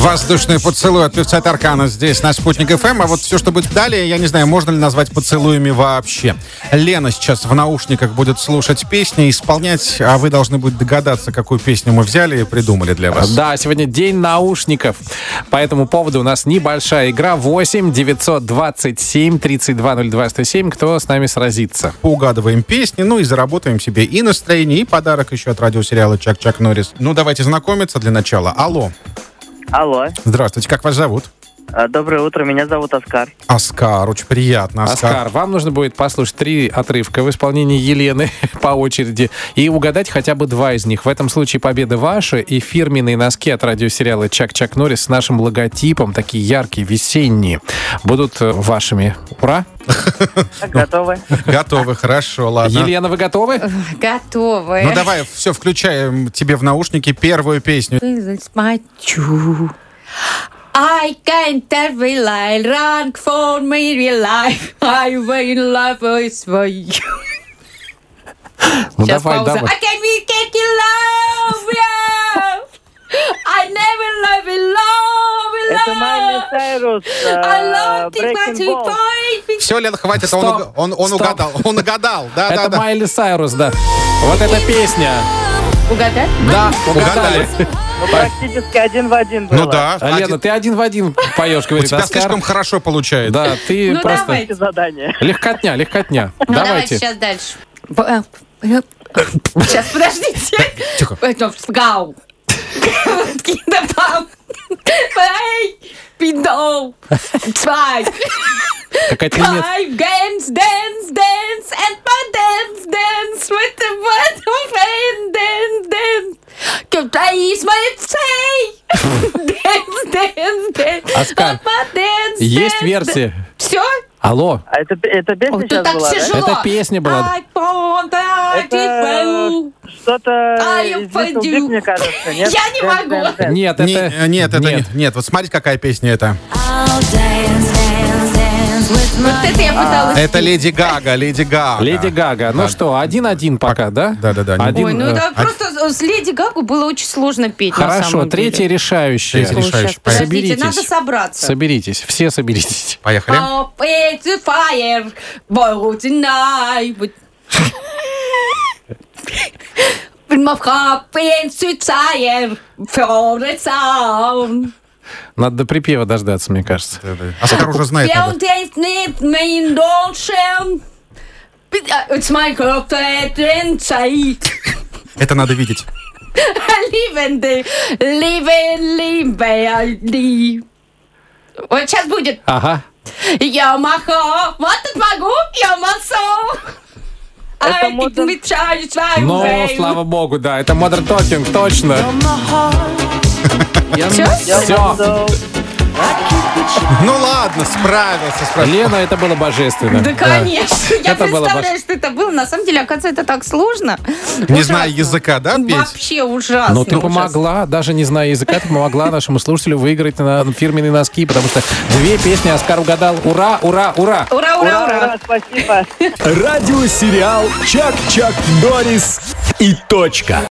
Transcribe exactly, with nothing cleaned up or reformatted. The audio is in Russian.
Воздушный поцелуй от певца Таркана здесь на Спутник эф эм. А вот все, что будет далее, я не знаю, можно ли назвать поцелуями вообще. Лена сейчас в наушниках будет слушать песни, исполнять, а вы должны будете догадаться, какую песню мы взяли и придумали для вас. Да, сегодня день наушников. По этому поводу у нас небольшая игра. восемь девятьсот двадцать семь тридцать два ноль два сто семь. Кто с нами сразится? Поугадываем песни, ну и заработаем себе и настроение, и подарок еще от радиосериала «Чак-Чак Норрис». Ну, давайте знакомиться для начала. Алло. Алло. Здравствуйте, как вас зовут? Доброе утро, меня зовут Оскар. Оскар, очень приятно, Оскар. Оскар, вам нужно будет послушать три отрывка в исполнении Елены по очереди и угадать хотя бы два из них. В этом случае победа ваша, и фирменные носки от радиосериала «Чак-Чак Норрис» с нашим логотипом, такие яркие, весенние, будут вашими. Ура! Готовы? Готовы, хорошо, ладно. Елена, вы готовы? Готовы. Ну давай, все, включаем тебе в наушники первую песню. I can't rely, run for me, life. I will love is for you. Ну Сейчас давай, пауза. давай. I can't get you love, yeah. I never love you, love you, Это Майли love. Сайрус, I love this Breaking much Ball. point. Все, Лен, хватит, Стоп. он, уг- он, он Стоп. угадал, он угадал, да, да, Это да. Майли Сайрус, да. Вот эта песня. Угадать? Да, Угадали. угадали. Ну, практически один в один было. Ну да, Лена, один- ты один в один поешь, у говорит тебя Оскар. слишком хорошо получается. Да, ты Ну, просто... давай. Задание. Легкотня, легкотня. Ну, давайте Давайте. сейчас дальше. Б- э, Сейчас, подождите. Тихо. Это Гау. Киндербам. Эй, Пидол. Zwei. Какая-то немецкая. Five. Dance, dance, dance. And my dance, dance. With the bottom friend. Dance, dance. Please, my say. Dance, dance, dance. Оскар, My dance, есть dance, версия? Все? Алло, А это, это песня Ой, тут сейчас так была, да? тяжело. это песня была. I want that Это you. что-то I из for Little you. Big, мне кажется, нет? Я не Dance, могу. dance, dance. Нет, Не- это... э, нет, это нет. нет. Вот смотрите, какая песня это. Вот это я пыталась. Это Леди Гага, Леди Гага. Леди Гага. Ну Да. что, один-один пока, да? Да-да-да. Один, Ой, ну э, это просто с Леди Гагу было очень сложно петь, на Хорошо, самом деле. третье решающее. Третье Ой, решающее. щас, подождите, Соберитесь. надо собраться. Соберитесь, все соберитесь. Поехали. Up it's a fire, boy, tonight. My heart is tired for the sound. Надо до припева дождаться, мне кажется. Да-да. Оскар уже знает. Don't надо. taste me, me don't share. It's my girlfriend inside. Это надо видеть. Live and live and live, live. Вот сейчас будет. Ага. Я махо, вот тут могу, я масо. Это Ай, модерн- ты мечаешь свою Ну, жизнь. слава богу, да, это Modern Talking, точно. Всё? Все. Ну ладно, справился, справился. Лена, это было божественно. Да, конечно. Я Это было представляю, что это было. На самом деле, оказывается, это так сложно. Не Ужасно. зная языка, да, петь? Вообще ужасно. Но ты ужасно. помогла, даже не зная языка, ты помогла нашему слушателю выиграть на фирменные носки, потому что две песни Оскар угадал. Ура, ура, ура! Ура, ура, Ура, ура. ура, спасибо. Радиосериал «Чак-Чак Норрис» и точка.